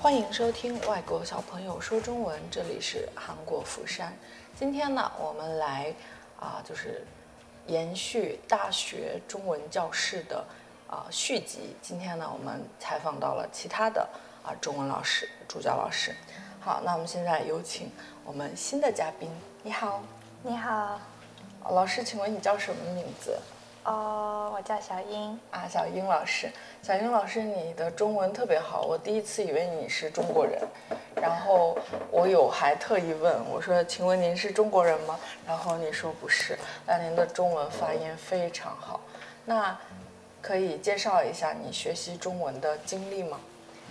欢迎收听外国小朋友说中文，这里是韩国釜山。今天呢，我们来就是延续大学中文教室的续集。今天呢，我们采访到了其他的中文老师、助教老师。好，那我们现在有请我们新的嘉宾。你好， 你好， 老师，请问你叫什么名字？ 我叫小英小英老师。小英老师，你的中文特别好，我第一次以为你是中国人，然后我还特意问我说：“请问您是中国人吗？”然后你说不是，但您的中文发音非常好。那可以介绍一下你学习中文的经历吗？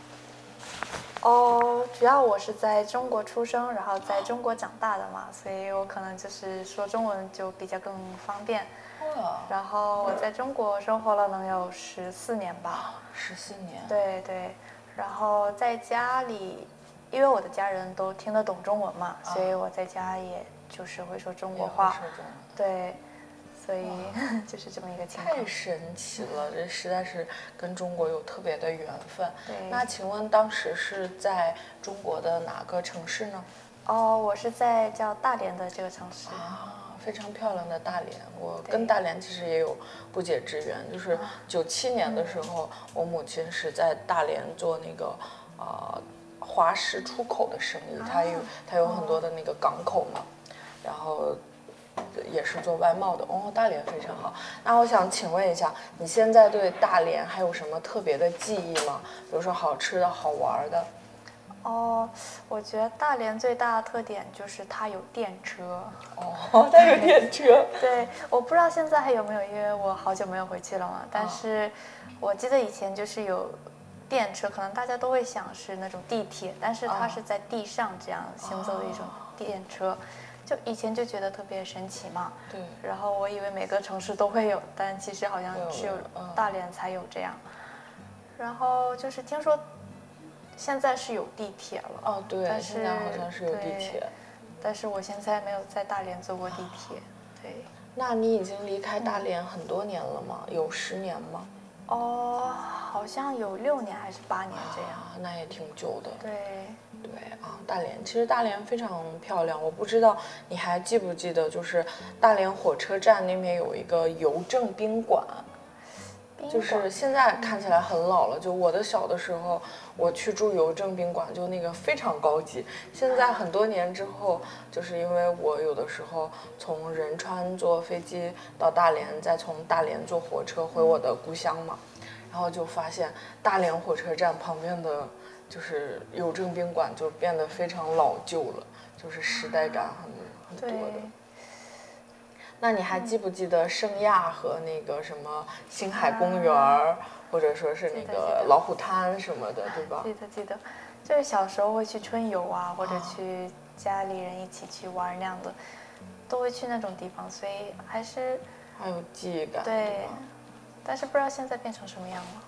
主要我是在中国出生，然后在中国长大的嘛，所以我可能就是说中文就比较更方便。然后我在中国生活了能有14年吧。 14年。对对，然后在家里，因为我的家人都听得懂中文嘛，所以我在家也就是会说中国话。对，所以就是这么一个情况。 太神奇了，这实在是跟中国有特别的缘分。 对。 那请问当时是在中国的哪个城市呢？ 我是在叫大连的这个城市。 非常漂亮的大连，我跟大连其实也有不解之缘。就是97年的时候，我母亲是在大连做那个花石出口的生意，它有很多的那个港口嘛，然后也是做外贸的。大连非常好。那我想请问一下，你现在对大连还有什么特别的记忆吗？比如说好吃的好玩的。 我觉得大连最大的特点就是它有电车。 它有电车。 对，我不知道现在还有没有，因为我好久没有回去了嘛。但是我记得以前就是有电车，可能大家都会想是那种地铁，但是它是在地上这样行走的一种电车。就以前就觉得特别神奇嘛。 对。 然后我以为每个城市都会有，但其实好像只有大连才有这样。然后就是听说现在是有地铁了。 对，现在好像是有地铁。 但是我现在没有在大连坐过地铁。对。 那你已经离开大连很多年了吗？有10年吗？ 好像有6年还是8年这样。 那也挺久的。 对。 大连，其实大连非常漂亮。我不知道你还记不记得，就是大连火车站那边有一个邮政宾馆。就是现在看起来很老了，就我的小的时候，我去住邮政宾馆，就那个非常高级。现在很多年之后，就是因为我有的时候从仁川坐飞机到大连，再从大连坐火车回我的故乡嘛，然后就发现大连火车站旁边的就是邮政宾馆就变得非常老旧了，就是时代感很多的。那你还记不记得圣亚和那个什么星海公园，或者说是那个老虎滩什么的，对吧？ 记得，就是小时候会去春游或者去家里人一起去玩那样的，都会去那种地方，所以还有记忆感。 对，但是不知道现在变成什么样了。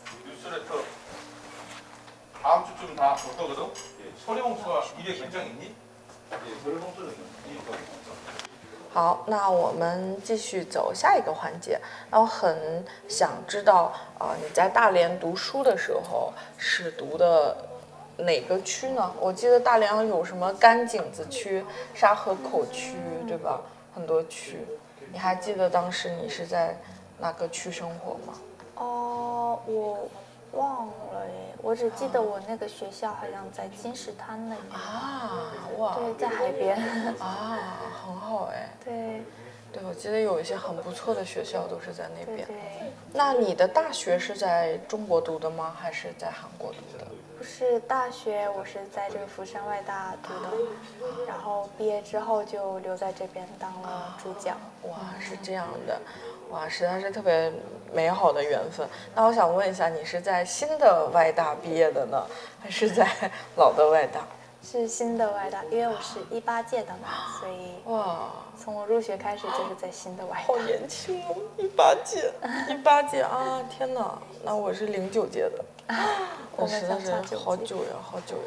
다음 주쯤 다 볼 거거든. 소리봉투가 입에 괜찮 있니? 소리봉투는 이거. 好，那我们继续走下一个环节。那我很想知道你在大连读书的时候是读的哪个区呢？我记得大连有什么甘井子区、沙河口区，对吧？很多区。你还记得当时你是在哪个区生活吗？ 我忘了耶，我只记得我那个学校好像在金石滩那边。 哇。 对，在海边。 很好哎。 对， 我记得有一些很不错的学校都是在那边。 对。 那你的大学是在中国读的吗？还是在韩国读的？ 不是，大学我是在这个釜山外大读的，然后毕业之后就留在这边当了助教。 是这样的。实在是特别美好的缘分。那我想问一下，你是在新的外大毕业的呢，还是在老的外大？ 是新的外大，因为我是18届的嘛，所以从我入学开始就是在新的外大。 好年轻哦，18届天哪！那我是09届的。我实在是好久呀。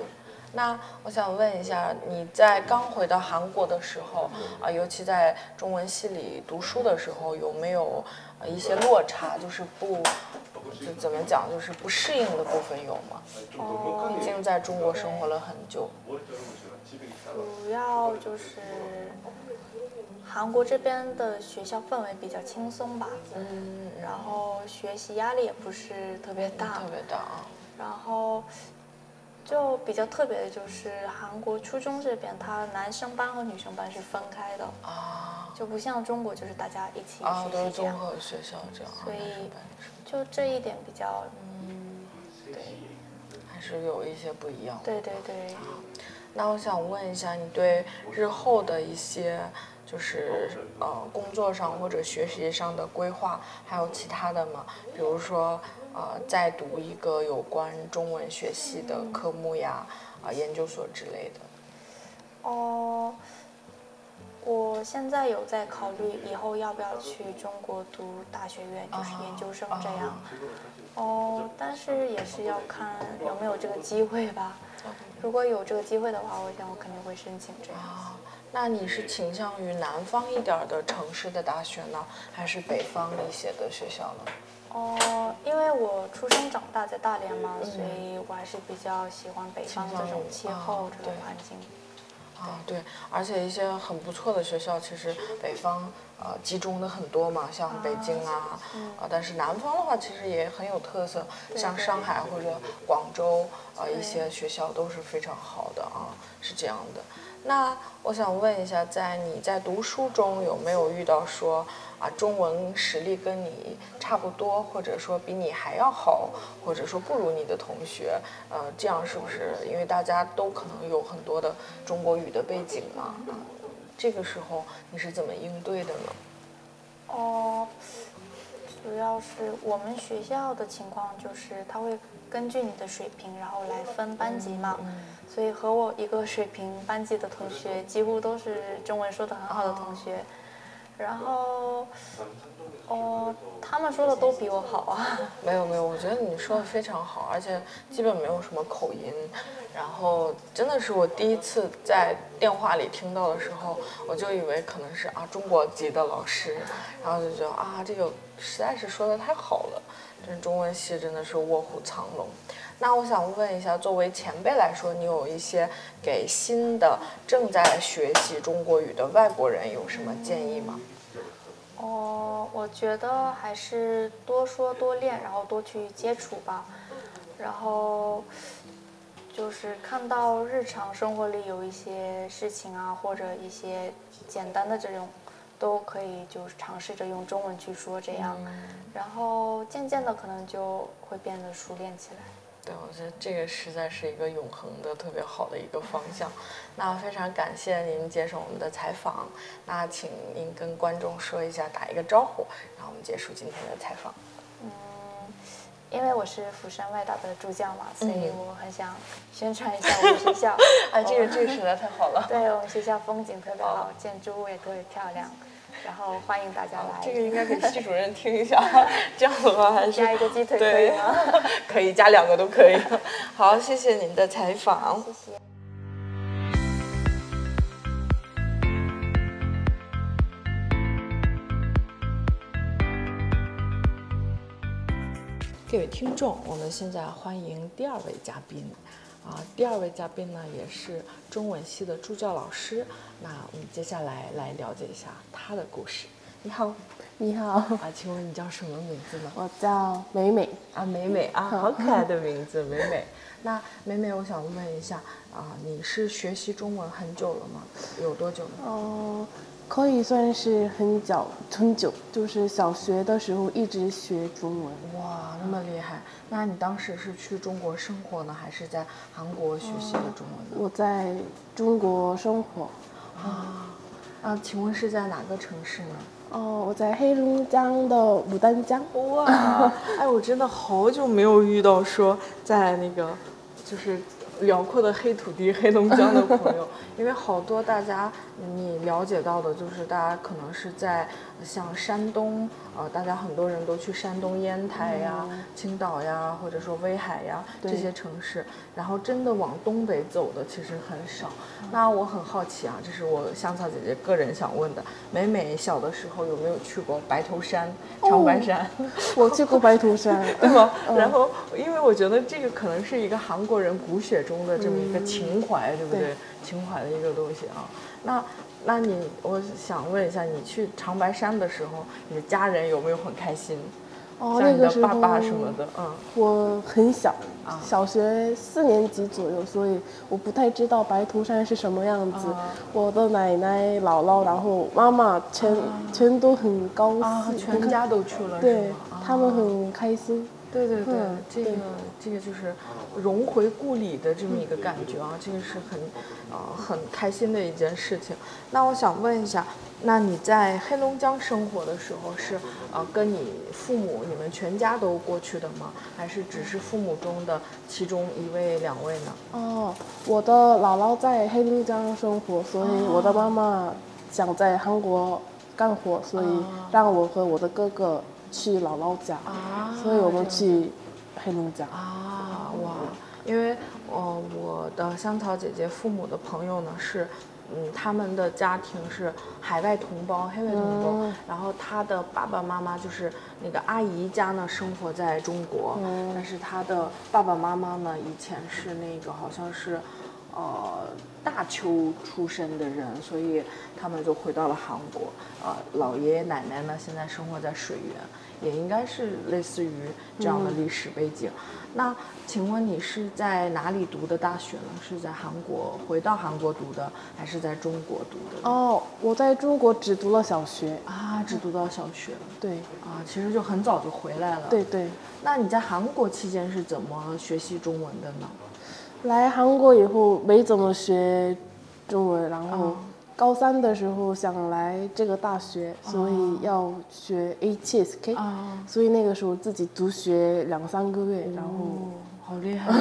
那我想问一下，你在刚回到韩国的时候尤其在中文系里读书的时候，有没有一些落差，就是就怎么讲，就是不适应的部分有吗？毕竟在中国生活了很久。 主要就是韩国这边的学校氛围比较轻松吧，然后学习压力也不是特别大，然后就比较特别的就是韩国初中这边，它男生班和女生班是分开的就不像中国就是大家一起学习都是综合学校这样， 所以就这一点比较对， 还是有一些不一样。 对。 那我想问一下，你对日后的一些就是工作上或者学习上的规划，还有其他的吗？比如说再读一个有关中文学系的科目呀，研究所之类的。 我现在有在考虑以后要不要去中国读大学院，就是研究生这样。但是也是要看有没有这个机会吧。如果有这个机会的话，我想我肯定会申请这样。 那你是倾向于南方一点的城市的大学呢，还是北方一些的学校呢？ 因为我出生长大在大连嘛，所以我还是比较喜欢北方这种气候、这种环境。 对，而且一些很不错的学校，其实北方集中的很多嘛，像北京但是南方的话其实也很有特色，像上海或者广州一些学校都是非常好的是这样的。那我想问一下，你在读书中有没有遇到说中文实力跟你差不多，或者说比你还要好，或者说不如你的同学？这样是不是因为大家都可能有很多的中国语的背景嘛？这个时候你是怎么应对的呢？ 主要是我们学校的情况就是他会根据你的水平，然后来分班级嘛。所以和我一个水平班级的同学，几乎都是中文说得很好的同学。然后，他们说的都比我好没有，我觉得你说的非常好，而且基本没有什么口音。然后真的是我第一次在电话里听到的时候，我就以为可能是中国籍的老师，然后就觉得这个实在是说的太好了。这中文系真的是卧虎藏龙。那我想问一下，作为前辈来说，你有一些给新的正在学习中国语的外国人有什么建议吗？ 我觉得还是多说多练，然后多去接触吧。然后就是看到日常生活里有一些事情或者一些简单的这种，都可以就是尝试着用中文去说这样，然后渐渐的可能就会变得熟练起来。 对，我觉得这个实在是一个永恒的特别好的一个方向。那非常感谢您接受我们的采访，那请您跟观众说一下，打一个招呼，然后我们结束今天的采访。 因为我是釜山外大的助教嘛，所以我很想宣传一下我们学校。 这个实在太好了。 对，我们学校风景特别好，建筑物也特别漂亮，然后欢迎大家来。 这个应该给系主任听一下，这样的话还是加一个鸡腿可以吗？ 可以，加2个都可以。好，谢谢您的采访。 谢谢。 各位听众，我们现在欢迎第2位嘉宾。第2位嘉宾呢也是中文系的助教老师。那我们接下来了解一下他的故事。你好。 你好。 请问你叫什么名字呢？ 我叫美美。 美美好可爱的名字，美美。那美美，我想问一下你是学习中文很久了吗？有多久呢？ 可以算是很久，就是小学的时候一直学中文。 哇，那么厉害！那你当时是去中国生活呢，还是在韩国学习的中文呢？ 我在中国生活。 请问是在哪个城市呢？ 我在黑龙江的牡丹江。 哇，我真的好久没有遇到说在那个就是辽阔的黑土地、黑龙江的朋友，因为好多大家你了解到的，就是大家可能是在像山东，大家很多人都去山东烟台呀、青岛呀，或者说威海呀这些城市，然后真的往东北走的其实很少。那我很好奇啊，这是我香草姐姐个人想问的，美美小的时候有没有去过白头山、长白山？ 我去过白头山， 对吗？然后，因为我觉得这个可能是一个韩国人骨血中的这么一个情怀，对不对？情怀的一个东西啊。那我想问一下，你去长白山的时候，你的家人有没有很开心？像你的爸爸什么的， 我很小，小学4年级左右，所以我不太知道白头山是什么样子。我的奶奶、姥姥，然后妈妈全都很高兴， 全家都去了， 对，他们很开心。 对，这个就是融回故里的这么一个感觉啊，这个是很开心的一件事情。那我想问一下，那你在黑龙江生活的时候是跟你父母你们全家都过去的吗？还是只是父母中的其中1位、2位呢？ 我的姥姥在黑龙江生活，所以我的妈妈想在韩国干活，所以让我和我的哥哥去姥姥家，所以我们去黑龙江。 哇！因为我的香草姐姐父母的朋友呢是，他们的家庭是海外同胞、黑外同胞，然后他的爸爸妈妈就是那个阿姨家呢生活在中国，但是他的爸爸妈妈呢以前是那个好像是。大邱出身的人，所以他们就回到了韩国。老爷爷奶奶呢，现在生活在水源，也应该是类似于这样的历史背景。那请问你是在哪里读的大学呢？是在韩国回到韩国读的，还是在中国读的？ 我在中国只读了小学只读到小学。 对其实就很早就回来了。 对。 那你在韩国期间是怎么学习中文的呢？ 来韩国以后没怎么学中文，然后高3的时候想来这个大学，所以要学 HSK，所以那个时候自己独学2-3个月，然后好厉害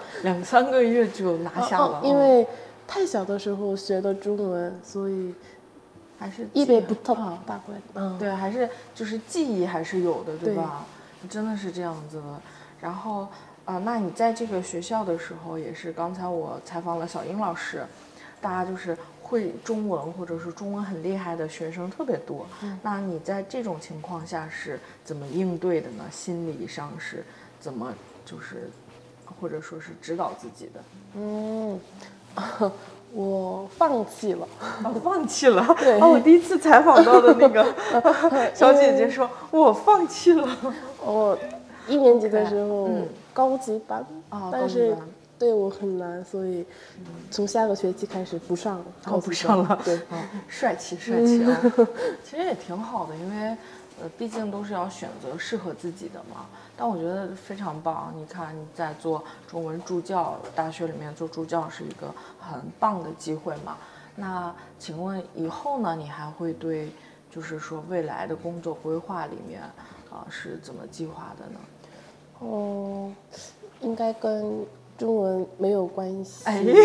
，2-3个月就拿下了。 因为太小的时候学的中文，所以还是 2배부터大概对，还是就是记忆还是有的，对吧？真的是这样子的。然后那你在这个学校的时候，也是刚才我采访了小英老师，大家就是会中文或者是中文很厉害的学生特别多。那你在这种情况下是怎么应对的呢？心理上是怎么就是或者说是指导自己的？ 我放弃了。 放弃了。 对。 我第一次采访到的那个小姐姐说，我放弃了。 我1年级的时候高级班，但是对我很难，所以从下个学期开始不上了。对， 帅气啊！其实也挺好的，因为毕竟都是要选择适合自己的嘛。但我觉得非常棒，你看你在做中文助教，大学里面做助教是一个很棒的机会嘛。那请问以后呢，你还会对就是说未来的工作规划里面是怎么计划的呢？ 应该跟中文没有关系。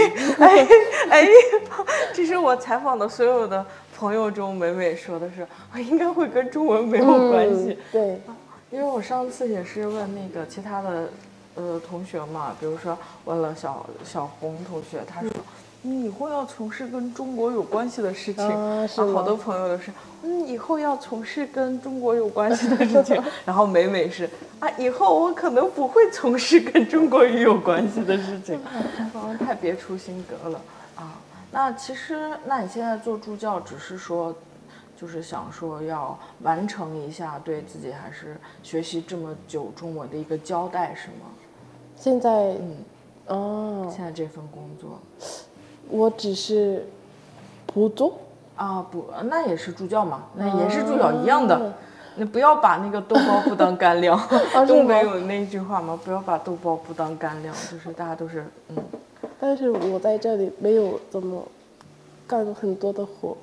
这是我采访的所有的朋友中，美美说的是应该会跟中文没有关系。 对， 因为我上次也是问那个其他的同学嘛，比如说问了小红同学，他说你以后要从事跟中国有关系的事情。好多朋友都是以后要从事跟中国有关系的事情。然后美美是以后我可能不会从事跟中国语有关系的事情。太别出心得了那其实那你现在做助教只是说就是想说要完成一下对自己还是学习这么久中文的一个交代是吗？ 现在现在这份工作我只是不做不，那也是助教嘛，那也是助教一样的。你不要把那个豆包不当干粮。东北有那句话吗？不要把豆包不当干粮，就是大家都是但是我在这里没有怎么干很多的活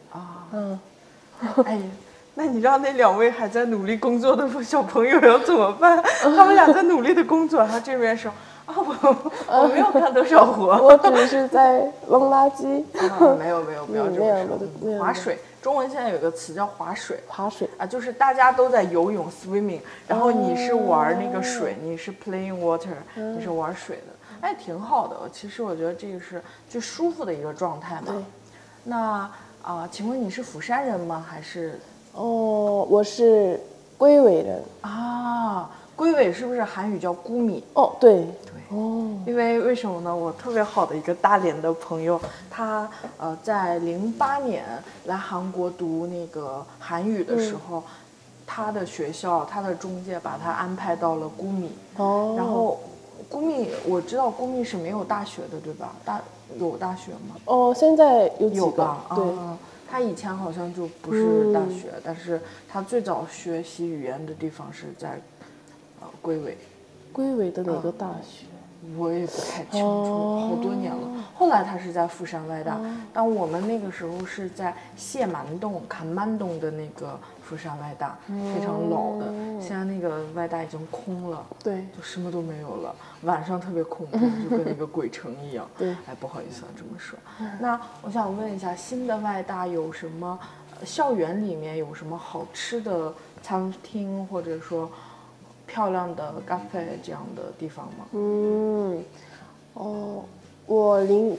那你让那2位还在努力工作的小朋友要怎么办？他们俩在努力的工作，他这边说啊，我没有看多少活， 我只是在扔垃圾。 没有不要这么说。划水，中文现在有个词叫划水， 划水啊，就是大家都在游泳 swimming， 然后你是玩那个水，你是 playing water， 你是玩水的，哎，挺好的。其实我觉得这个是最舒服的一个状态嘛。那请问你是釜山人吗？还是？ 哦，我是龟尾人啊。龟尾是不是韩语叫姑米？ 哦，对。 因为什么呢？我特别好的一个大连的朋友，他在08年来韩国读那个韩语的时候，他的学校他的中介把他安排到了姑米。然后姑米我知道姑米是没有大学的，对吧？有大学吗？ 哦，现在有几个吧？ 对。 他以前好像就不是大学，但是他最早学习语言的地方是在龟尾。 龟尾的哪个大学？ 我也不太清楚，好多年了。后来他是在釜山外大，但我们那个时候是在谢满洞、坎曼洞的那个釜山外大，非常老的。现在那个外大已经空了， 对， 就什么都没有了，晚上特别恐怖，就跟那个鬼城一样。 对， 哎，不好意思这么说。那我想问一下，新的外大有什么？校园里面有什么好吃的餐厅，或者说？漂亮的咖啡这样的地方吗？ 我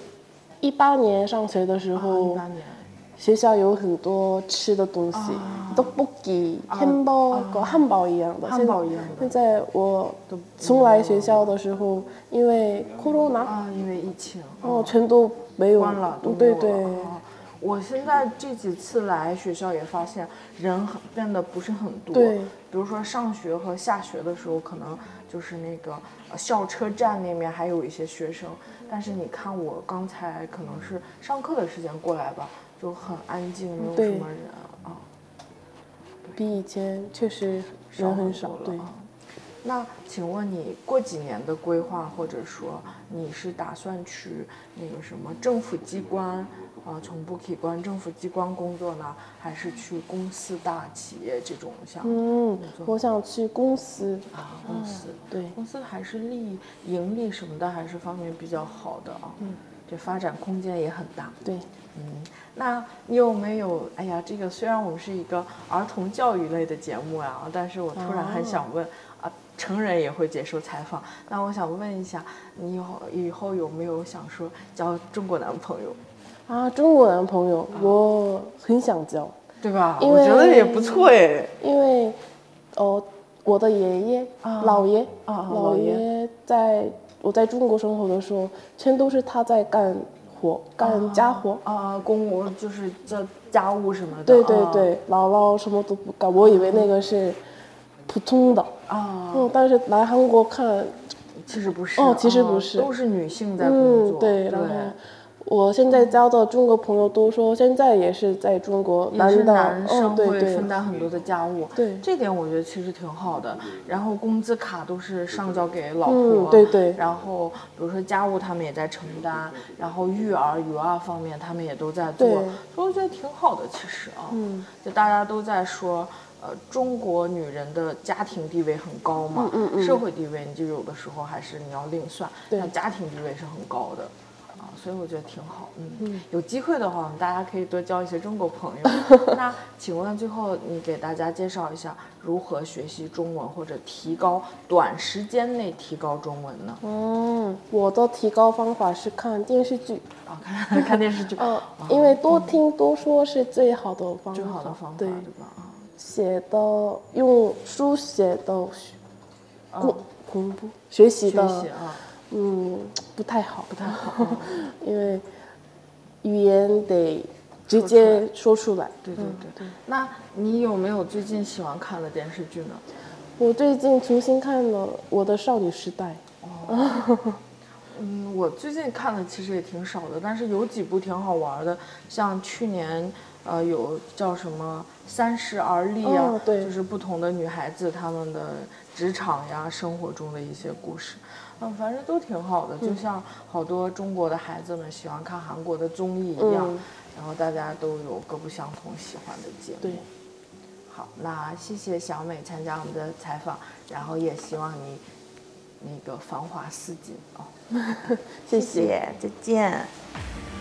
2018年上学的时候，学校有很多吃的东西，떡볶이、汉堡一样的。现在我重来学校的时候，因为 corona， 因为疫情， 全都没有关了， 对。 我现在这几次来学校也发现人变得不是很多。 对， 比如说上学和下学的时候，可能就是那个校车站那边还有一些学生，但是你看我刚才可能是上课的时间过来吧，就很安静，没有什么人啊。 比以前确实人很少。对。 那请问你过几年的规划，或者说你是打算去那个什么政府机关从booking官政府机关工作呢，还是去公司大企业这种项目？ 我想去公司公司对， 公司还是盈利什么的还是方面比较好的这发展空间也很大。 对， 那你有没有？哎呀，这个虽然我们是一个儿童教育类的节目呀，但是我突然很想问成人也会接受采访。那我想问一下，你以后有没有想说交中国男朋友？ 中国男朋友，我很想交， 对吧？我觉得也不错哎。 因为，我的爷爷、姥爷我在中国生活的时候，全都是他在干家活公务就是这家务什么的。 对，姥姥什么都不干，我以为那个是普通的但是来韩国看， 其实不是其实不是， 都是女性在工作。 对，然后我现在交的中国朋友都说，现在也是在中国， 男生会分担很多的家务。 对， 这点我觉得其实挺好的。然后工资卡都是上交给老婆。 对。 然后比如说家务他们也在承担，然后育儿方面他们也都在做，所以我觉得挺好的。其实就大家都在说。中国女人的家庭地位很高嘛，社会地位你就有的时候还是你要另算，但家庭地位是很高的，所以我觉得挺好。有机会的话，大家可以多交一些中国朋友。那请问最后你给大家介绍一下如何学习中文或者短时间内提高中文呢？ 我的提高方法是看电视剧看电视剧因为多听多说是最好的方法， 对吧？写的用书写的公布学习的不太好，因为语言得直接说出来。 对。那你有没有最近喜欢看的电视剧呢？ 我最近重新看了《我的少女时代》。 我最近看的其实也挺少的，但是有几部挺好玩的，像去年有叫什么三十而立就是不同的女孩子她们的职场呀生活中的一些故事，反正都挺好的，就像好多中国的孩子们喜欢看韩国的综艺一样，然后大家都有各不相同喜欢的节目。 对， 好，那谢谢小美参加我们的采访，然后也希望你那个繁华市井哦。 谢谢， 再见。